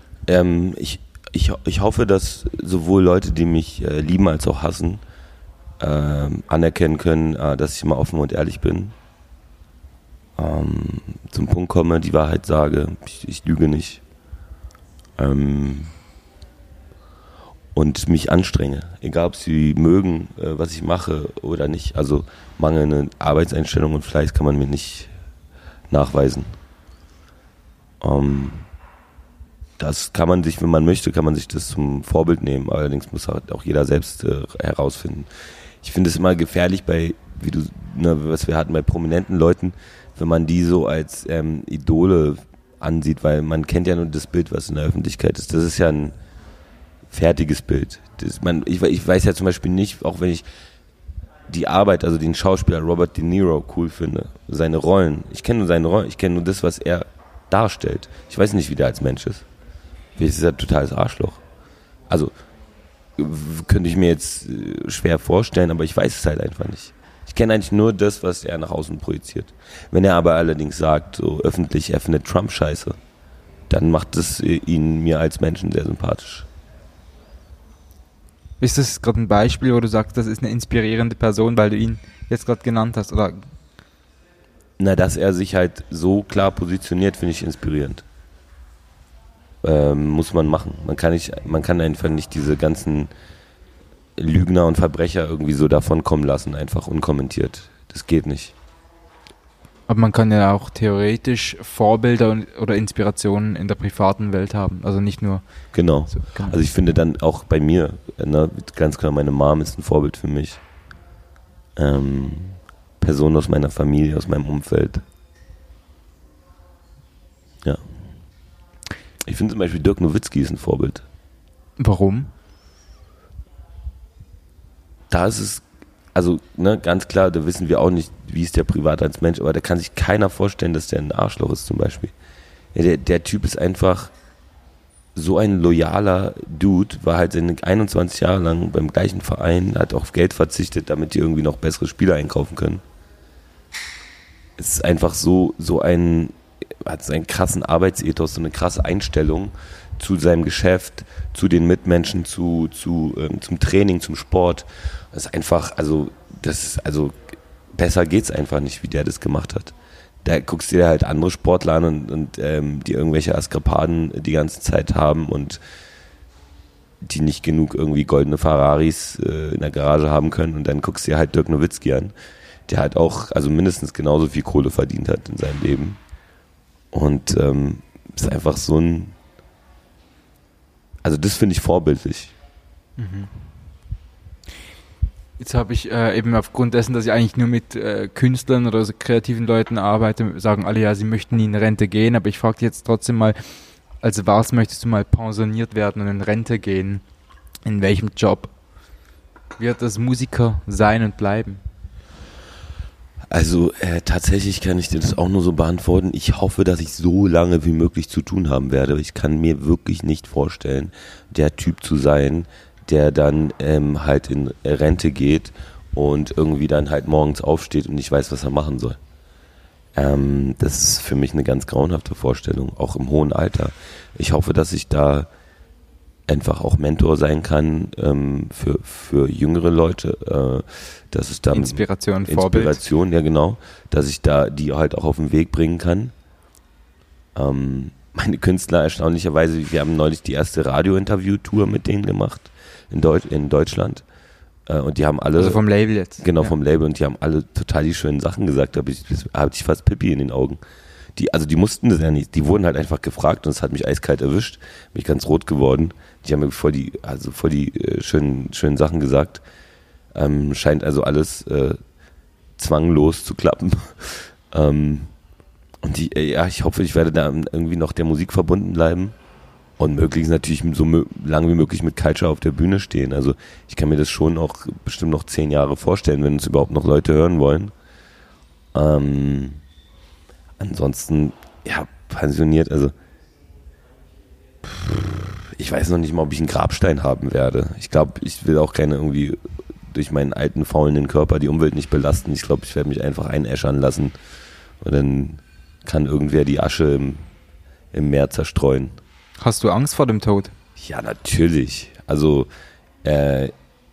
Speaker 2: Ähm, ich, ich, ich hoffe, dass sowohl Leute, die mich äh, lieben als auch hassen, ähm, anerkennen können, äh, dass ich immer offen und ehrlich bin. Ähm, zum Punkt komme, die Wahrheit sage, ich, ich lüge nicht. Ähm, und mich anstrenge, egal ob sie mögen, äh, was ich mache oder nicht. Also mangelnde Arbeitseinstellung und Fleiß kann man mir nicht nachweisen. Ähm, das kann man sich, wenn man möchte, kann man sich das zum Vorbild nehmen. Allerdings muss halt auch jeder selbst äh, herausfinden. Ich finde es immer gefährlich bei, wie du, ne, was wir hatten bei prominenten Leuten, wenn man die so als ähm, Idole ansieht, weil man kennt ja nur das Bild, was in der Öffentlichkeit ist. Das ist ja ein fertiges Bild. Das, man, ich, ich weiß ja zum Beispiel nicht, auch wenn ich die Arbeit, also den Schauspieler Robert De Niro cool finde, seine Rollen, ich kenne nur seine Rollen, ich kenne nur das, was er darstellt. Ich weiß nicht, wie der als Mensch ist. Vielleicht ist er ein totales Arschloch. Also könnte ich mir jetzt schwer vorstellen, aber ich weiß es halt einfach nicht. Ich kenne eigentlich nur das, was er nach außen projiziert. Wenn er aber allerdings sagt, so öffentlich, er findet Trump scheiße, dann macht es ihn mir als Menschen sehr sympathisch.
Speaker 1: Ist das gerade ein Beispiel, wo du sagst, das ist eine inspirierende Person, weil du ihn jetzt gerade genannt hast? Oder?
Speaker 2: Na, dass er sich halt so klar positioniert, finde ich inspirierend. Ähm, muss man machen. Man kann nicht, man kann einfach nicht diese ganzen Lügner und Verbrecher irgendwie so davon kommen lassen, einfach unkommentiert. Das geht nicht.
Speaker 1: Aber man kann ja auch theoretisch Vorbilder und, oder Inspirationen in der privaten Welt haben. Also nicht nur...
Speaker 2: Genau.
Speaker 1: So, genau.
Speaker 2: Also ich finde dann auch bei mir, ne, ganz klar, meine Mom ist ein Vorbild für mich. Ähm, Personen aus meiner Familie, aus meinem Umfeld. Ja. Ich finde zum Beispiel Dirk Nowitzki ist ein Vorbild.
Speaker 1: Warum?
Speaker 2: Da ist es, also ne, ganz klar, da wissen wir auch nicht, wie ist der privat als Mensch, aber da kann sich keiner vorstellen, dass der ein Arschloch ist zum Beispiel. Ja, der, der Typ ist einfach so ein loyaler Dude, war halt seine einundzwanzig Jahre lang beim gleichen Verein, hat auf Geld verzichtet, damit die irgendwie noch bessere Spieler einkaufen können. Es ist einfach so, so ein, hat so einen krassen Arbeitsethos, so eine krasse Einstellung zu seinem Geschäft, zu den Mitmenschen, zu, zu, ähm, zum Training, zum Sport. Das ist einfach, also, das ist, also, besser geht's einfach nicht, wie der das gemacht hat. Da guckst du dir halt andere Sportler an und, und ähm, die irgendwelche Askapaden die ganze Zeit haben und die nicht genug irgendwie goldene Ferraris äh, in der Garage haben können, und dann guckst du dir halt Dirk Nowitzki an, der halt auch, also mindestens genauso viel Kohle verdient hat in seinem Leben. Und ähm, ist einfach so ein, also das finde ich vorbildlich.
Speaker 1: Mhm. Jetzt habe ich äh, eben aufgrund dessen, dass ich eigentlich nur mit äh, Künstlern oder so kreativen Leuten arbeite, sagen alle, ja, sie möchten in Rente gehen, aber ich frage jetzt trotzdem mal, also was möchtest du mal pensioniert werden und in Rente gehen? In welchem Job wird das Musiker sein und bleiben?
Speaker 2: Also äh, tatsächlich kann ich dir das auch nur so beantworten. Ich hoffe, dass ich so lange wie möglich zu tun haben werde. Ich kann mir wirklich nicht vorstellen, der Typ zu sein, der dann ähm, halt in Rente geht und irgendwie dann halt morgens aufsteht und nicht weiß, was er machen soll. Ähm, das ist für mich eine ganz grauenhafte Vorstellung, auch im hohen Alter. Ich hoffe, dass ich da einfach auch Mentor sein kann ähm, für, für jüngere Leute, äh, dass es da
Speaker 1: Inspiration, Vorbild.
Speaker 2: Inspiration, ja genau, dass ich da die halt auch auf den Weg bringen kann. Ähm, meine Künstler, erstaunlicherweise, wir haben neulich die erste Radio-Interview-Tour mit denen gemacht in, Deut- in Deutschland, äh, und die haben alle...
Speaker 1: Also vom Label jetzt.
Speaker 2: Genau,
Speaker 1: ja.
Speaker 2: vom Label, und die haben alle total die schönen Sachen gesagt, da habe ich, hab ich fast Pipi in den Augen. Die, also die mussten das ja nicht, die wurden halt einfach gefragt und es hat mich eiskalt erwischt, bin ich ganz rot geworden. Die haben mir voll die, also voll die äh, schönen, schönen Sachen gesagt. Ähm, scheint also alles äh, zwanglos zu klappen. ähm, und die, äh, ja, ich hoffe, ich werde da irgendwie noch der Musik verbunden bleiben und möglichst natürlich so mö- lange wie möglich mit Culture auf der Bühne stehen. Also ich kann mir das schon auch bestimmt noch zehn Jahre vorstellen, wenn uns überhaupt noch Leute hören wollen. Ähm, Ansonsten, ja, pensioniert, also ich weiß noch nicht mal, ob ich einen Grabstein haben werde. Ich glaube, ich will auch gerne irgendwie durch meinen alten, faulenden Körper die Umwelt nicht belasten. Ich glaube, ich werde mich einfach einäschern lassen und dann kann irgendwer die Asche im, im Meer zerstreuen.
Speaker 1: Hast du Angst vor dem Tod?
Speaker 2: Ja, natürlich. Also, äh,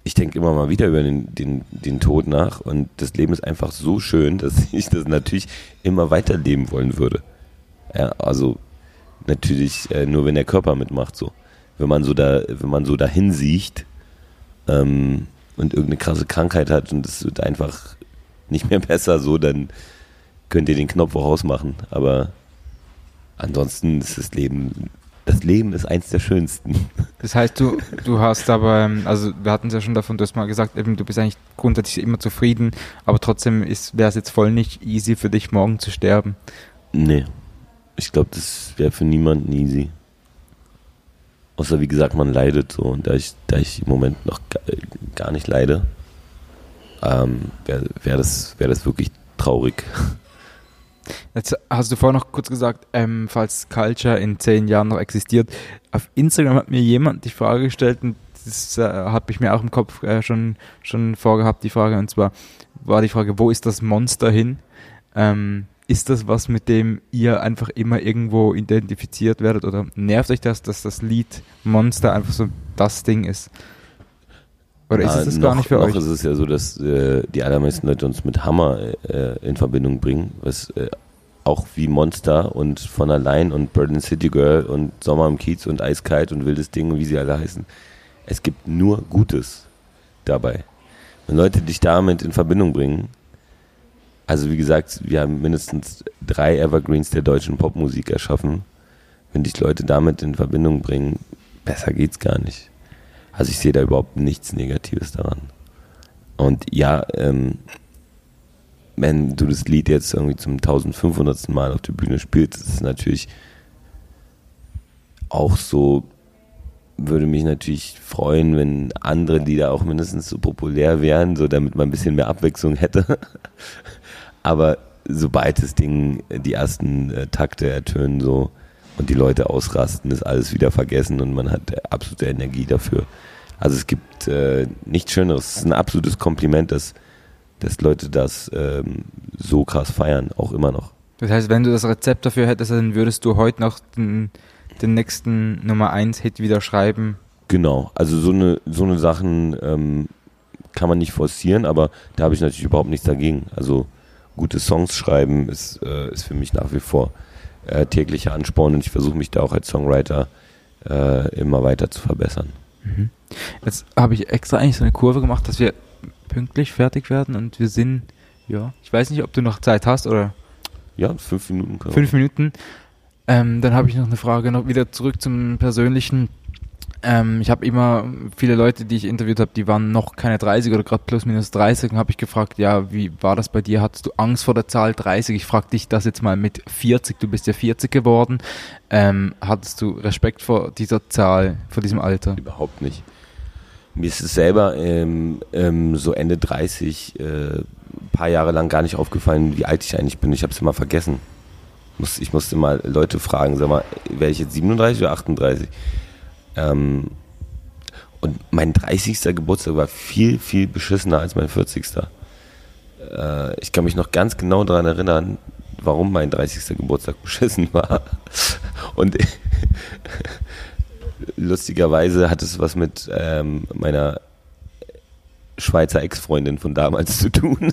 Speaker 2: ich denke immer mal wieder über den, den, den Tod nach und das Leben ist einfach so schön, dass ich das natürlich immer weiterleben wollen würde. Ja, also natürlich äh, nur, wenn der Körper mitmacht, so. Wenn man so da, wenn man so dahin sieht ähm, und irgendeine krasse Krankheit hat und es wird einfach nicht mehr besser, so, dann könnt ihr den Knopf auch ausmachen. Aber ansonsten ist das Leben, das Leben ist eins der schönsten.
Speaker 1: Das heißt, du, du hast aber, also wir hatten es ja schon davon, du hast mal gesagt, eben, du bist eigentlich grundsätzlich immer zufrieden, aber trotzdem wäre es jetzt voll nicht easy für dich, morgen zu sterben.
Speaker 2: Nee, ich glaube, das wäre für niemanden easy. Außer, wie gesagt, man leidet so. Und da ich, da ich im Moment noch gar nicht leide, ähm, wäre wär das, wär das wirklich traurig.
Speaker 1: Jetzt hast du vorhin noch kurz gesagt, ähm, falls Culture in zehn Jahren noch existiert. Auf Instagram hat mir jemand die Frage gestellt und das äh, habe ich mir auch im Kopf äh, schon, schon vorgehabt, die Frage. Und zwar war die Frage, wo ist das Monster hin? Ähm, ist das was, mit dem ihr einfach immer irgendwo identifiziert werdet? Oder nervt euch das, dass das Lied Monster einfach so das Ding ist? Oder ist
Speaker 2: Na,
Speaker 1: es das
Speaker 2: noch,
Speaker 1: gar nicht für
Speaker 2: noch
Speaker 1: euch?
Speaker 2: Noch ist es ja so, dass äh, die allermeisten Leute uns mit Hammer äh, in Verbindung bringen, was äh, auch wie Monster und Von Allein und Berlin City Girl und Sommer im Kiez und Eiskalt und Wildes Ding und wie sie alle heißen. Es gibt nur Gutes dabei. Wenn Leute dich damit in Verbindung bringen, also wie gesagt, wir haben mindestens drei Evergreens der deutschen Popmusik erschaffen. Wenn dich Leute damit in Verbindung bringen, besser geht's gar nicht. Also ich sehe da überhaupt nichts Negatives daran. Und ja, ähm, wenn du das Lied jetzt irgendwie zum eintausendfünfhundertsten Mal auf der Bühne spielst, ist es natürlich auch so, würde mich natürlich freuen, wenn andere Lieder auch mindestens so populär wären, so damit man ein bisschen mehr Abwechslung hätte. Aber sobald das Ding die ersten äh, Takte ertönen so und die Leute ausrasten, ist alles wieder vergessen und man hat absolute Energie dafür. Also es gibt äh, nichts Schöneres. Es ist ein absolutes Kompliment, dass, dass Leute das ähm, so krass feiern, auch immer noch.
Speaker 1: Das heißt, wenn du das Rezept dafür hättest, dann würdest du heute noch den, den nächsten Nummer eins Hit wieder schreiben?
Speaker 2: Genau, also so eine, so eine Sachen ähm, kann man nicht forcieren, aber da habe ich natürlich überhaupt nichts dagegen. Also gute Songs schreiben ist, äh, ist für mich nach wie vor äh, täglicher Ansporn und ich versuche mich da auch als Songwriter äh, immer weiter zu verbessern.
Speaker 1: Mhm. Jetzt habe ich extra eigentlich so eine Kurve gemacht, dass wir pünktlich fertig werden und wir sind, ja, ich weiß nicht, ob du noch Zeit hast oder...
Speaker 2: Ja, fünf Minuten. Können
Speaker 1: fünf Minuten. Ähm, dann habe ich noch eine Frage, noch wieder zurück zum Persönlichen. Ähm, ich habe immer viele Leute, die ich interviewt habe, die waren noch keine dreißig oder gerade plus minus dreißig und habe ich gefragt, ja, wie war das bei dir? Hattest du Angst vor der Zahl dreißig? Ich frage dich das jetzt mal mit vierzig, du bist ja vierzig geworden. Ähm, hattest du Respekt vor dieser Zahl, vor diesem Alter?
Speaker 2: Überhaupt nicht. Mir ist es selber ähm, ähm, so Ende dreißig äh, ein paar Jahre lang gar nicht aufgefallen, wie alt ich eigentlich bin. Ich habe es immer vergessen. Ich musste mal Leute fragen, sag mal, wäre ich jetzt siebenunddreißig oder achtunddreißig? Ähm, und mein dreißigster Geburtstag war viel, viel beschissener als mein vierzigster Äh, ich kann mich noch ganz genau daran erinnern, warum mein dreißigster Geburtstag beschissen war. Und lustigerweise hat es was mit ähm, meiner Schweizer Ex-Freundin von damals zu tun.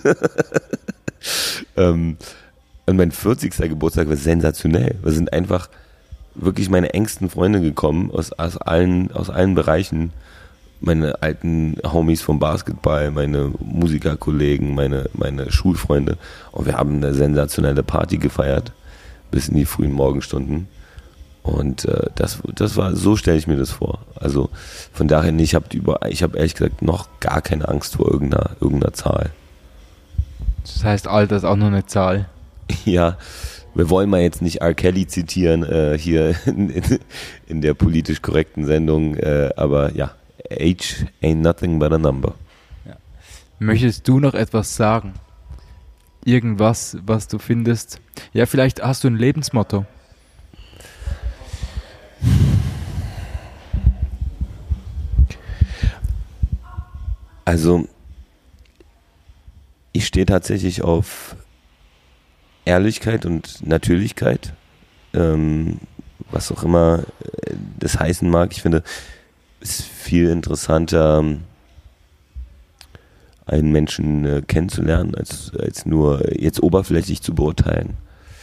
Speaker 2: ähm, und mein vierzigster Geburtstag war sensationell. Wir sind einfach wirklich meine engsten Freunde gekommen aus, aus, allen, aus allen Bereichen. Meine alten Homies vom Basketball, meine Musikerkollegen, meine, meine Schulfreunde. Und wir haben eine sensationelle Party gefeiert bis in die frühen Morgenstunden. Und äh, das, das war, so stelle ich mir das vor. Also von daher nicht, ich habe ich hab ehrlich gesagt noch gar keine Angst vor irgendeiner, irgendeiner Zahl.
Speaker 1: Das heißt, Alter ist auch nur eine Zahl.
Speaker 2: Ja, wir wollen mal jetzt nicht R. Kelly zitieren äh, hier in, in, in der politisch korrekten Sendung, äh, aber ja, age ain't nothing but a number.
Speaker 1: Ja. Möchtest du noch etwas sagen? Irgendwas, was du findest? Ja, vielleicht hast du ein Lebensmotto.
Speaker 2: Also, ich stehe tatsächlich auf Ehrlichkeit und Natürlichkeit, ähm, was auch immer das heißen mag. Ich finde, es ist viel interessanter, einen Menschen äh, kennenzulernen, als, als nur jetzt oberflächlich zu beurteilen.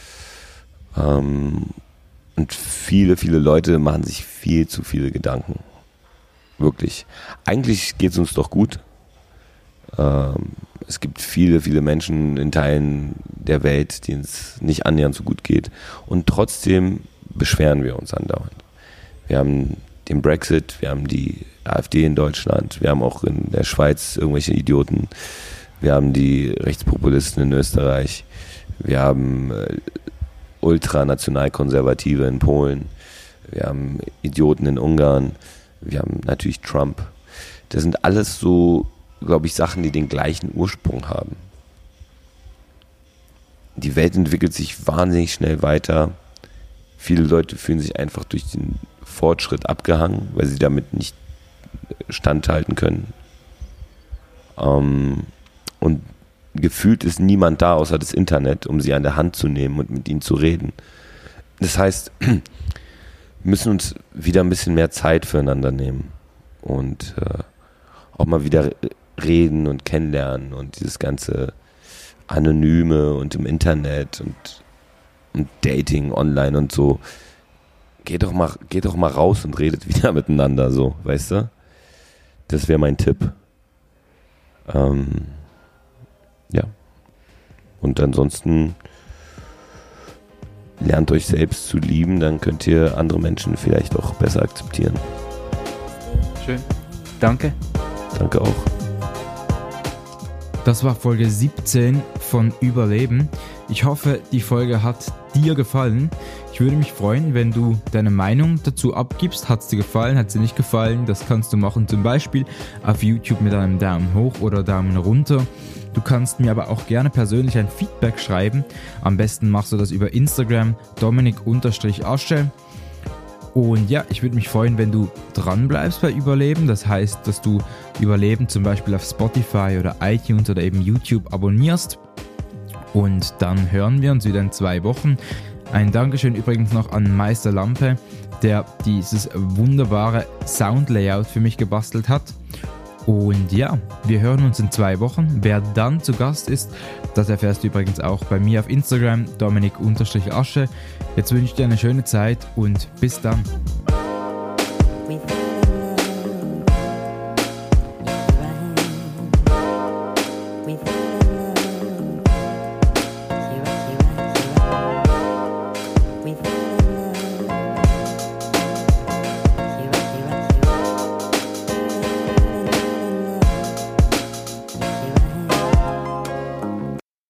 Speaker 2: Ähm, und viele, viele Leute machen sich viel zu viele Gedanken. Wirklich. Eigentlich geht es uns doch gut. Ähm, es gibt viele, viele Menschen in Teilen der Welt, denen es nicht annähernd so gut geht. Und trotzdem beschweren wir uns andauernd. Wir haben den Brexit, wir haben die AfD in Deutschland, wir haben auch in der Schweiz irgendwelche Idioten, wir haben die Rechtspopulisten in Österreich, wir haben äh, Ultranationalkonservative in Polen, wir haben Idioten in Ungarn, wir haben natürlich Trump. Das sind alles so, glaube ich, Sachen, die den gleichen Ursprung haben. Die Welt entwickelt sich wahnsinnig schnell weiter. Viele Leute fühlen sich einfach durch den Fortschritt abgehangen, weil sie damit nicht standhalten können. Ähm, und gefühlt ist niemand da, außer das Internet, um sie an der Hand zu nehmen und mit ihnen zu reden. Das heißt, wir müssen uns wieder ein bisschen mehr Zeit füreinander nehmen und äh, auch mal wieder reden und kennenlernen und dieses ganze Anonyme und im Internet und, und Dating online und so. Geht doch mal, geht doch mal raus und redet wieder miteinander, so, weißt du? Das wäre mein Tipp. Ähm, ja. Und ansonsten lernt euch selbst zu lieben, dann könnt ihr andere Menschen vielleicht auch besser akzeptieren.
Speaker 1: Schön. Danke.
Speaker 2: Danke auch.
Speaker 1: Das war Folge siebzehn von Überleben. Ich hoffe, die Folge hat dir gefallen. Ich würde mich freuen, wenn du deine Meinung dazu abgibst. Hat es dir gefallen, hat es dir nicht gefallen? Das kannst du machen zum Beispiel auf YouTube mit einem Daumen hoch oder Daumen runter. Du kannst mir aber auch gerne persönlich ein Feedback schreiben. Am besten machst du das über Instagram, Dominik-Asche. Und ja, ich würde mich freuen, wenn du dran bleibst bei Überleben. Das heißt, dass du Überleben zum Beispiel auf Spotify oder iTunes oder eben YouTube abonnierst. Und dann hören wir uns wieder in zwei Wochen. Ein Dankeschön übrigens noch an Meister Lampe, der dieses wunderbare Soundlayout für mich gebastelt hat. Und ja, wir hören uns in zwei Wochen. Wer dann zu Gast ist, das erfährst du übrigens auch bei mir auf Instagram, Dominik-Asche. Jetzt wünsche ich dir eine schöne Zeit und bis dann.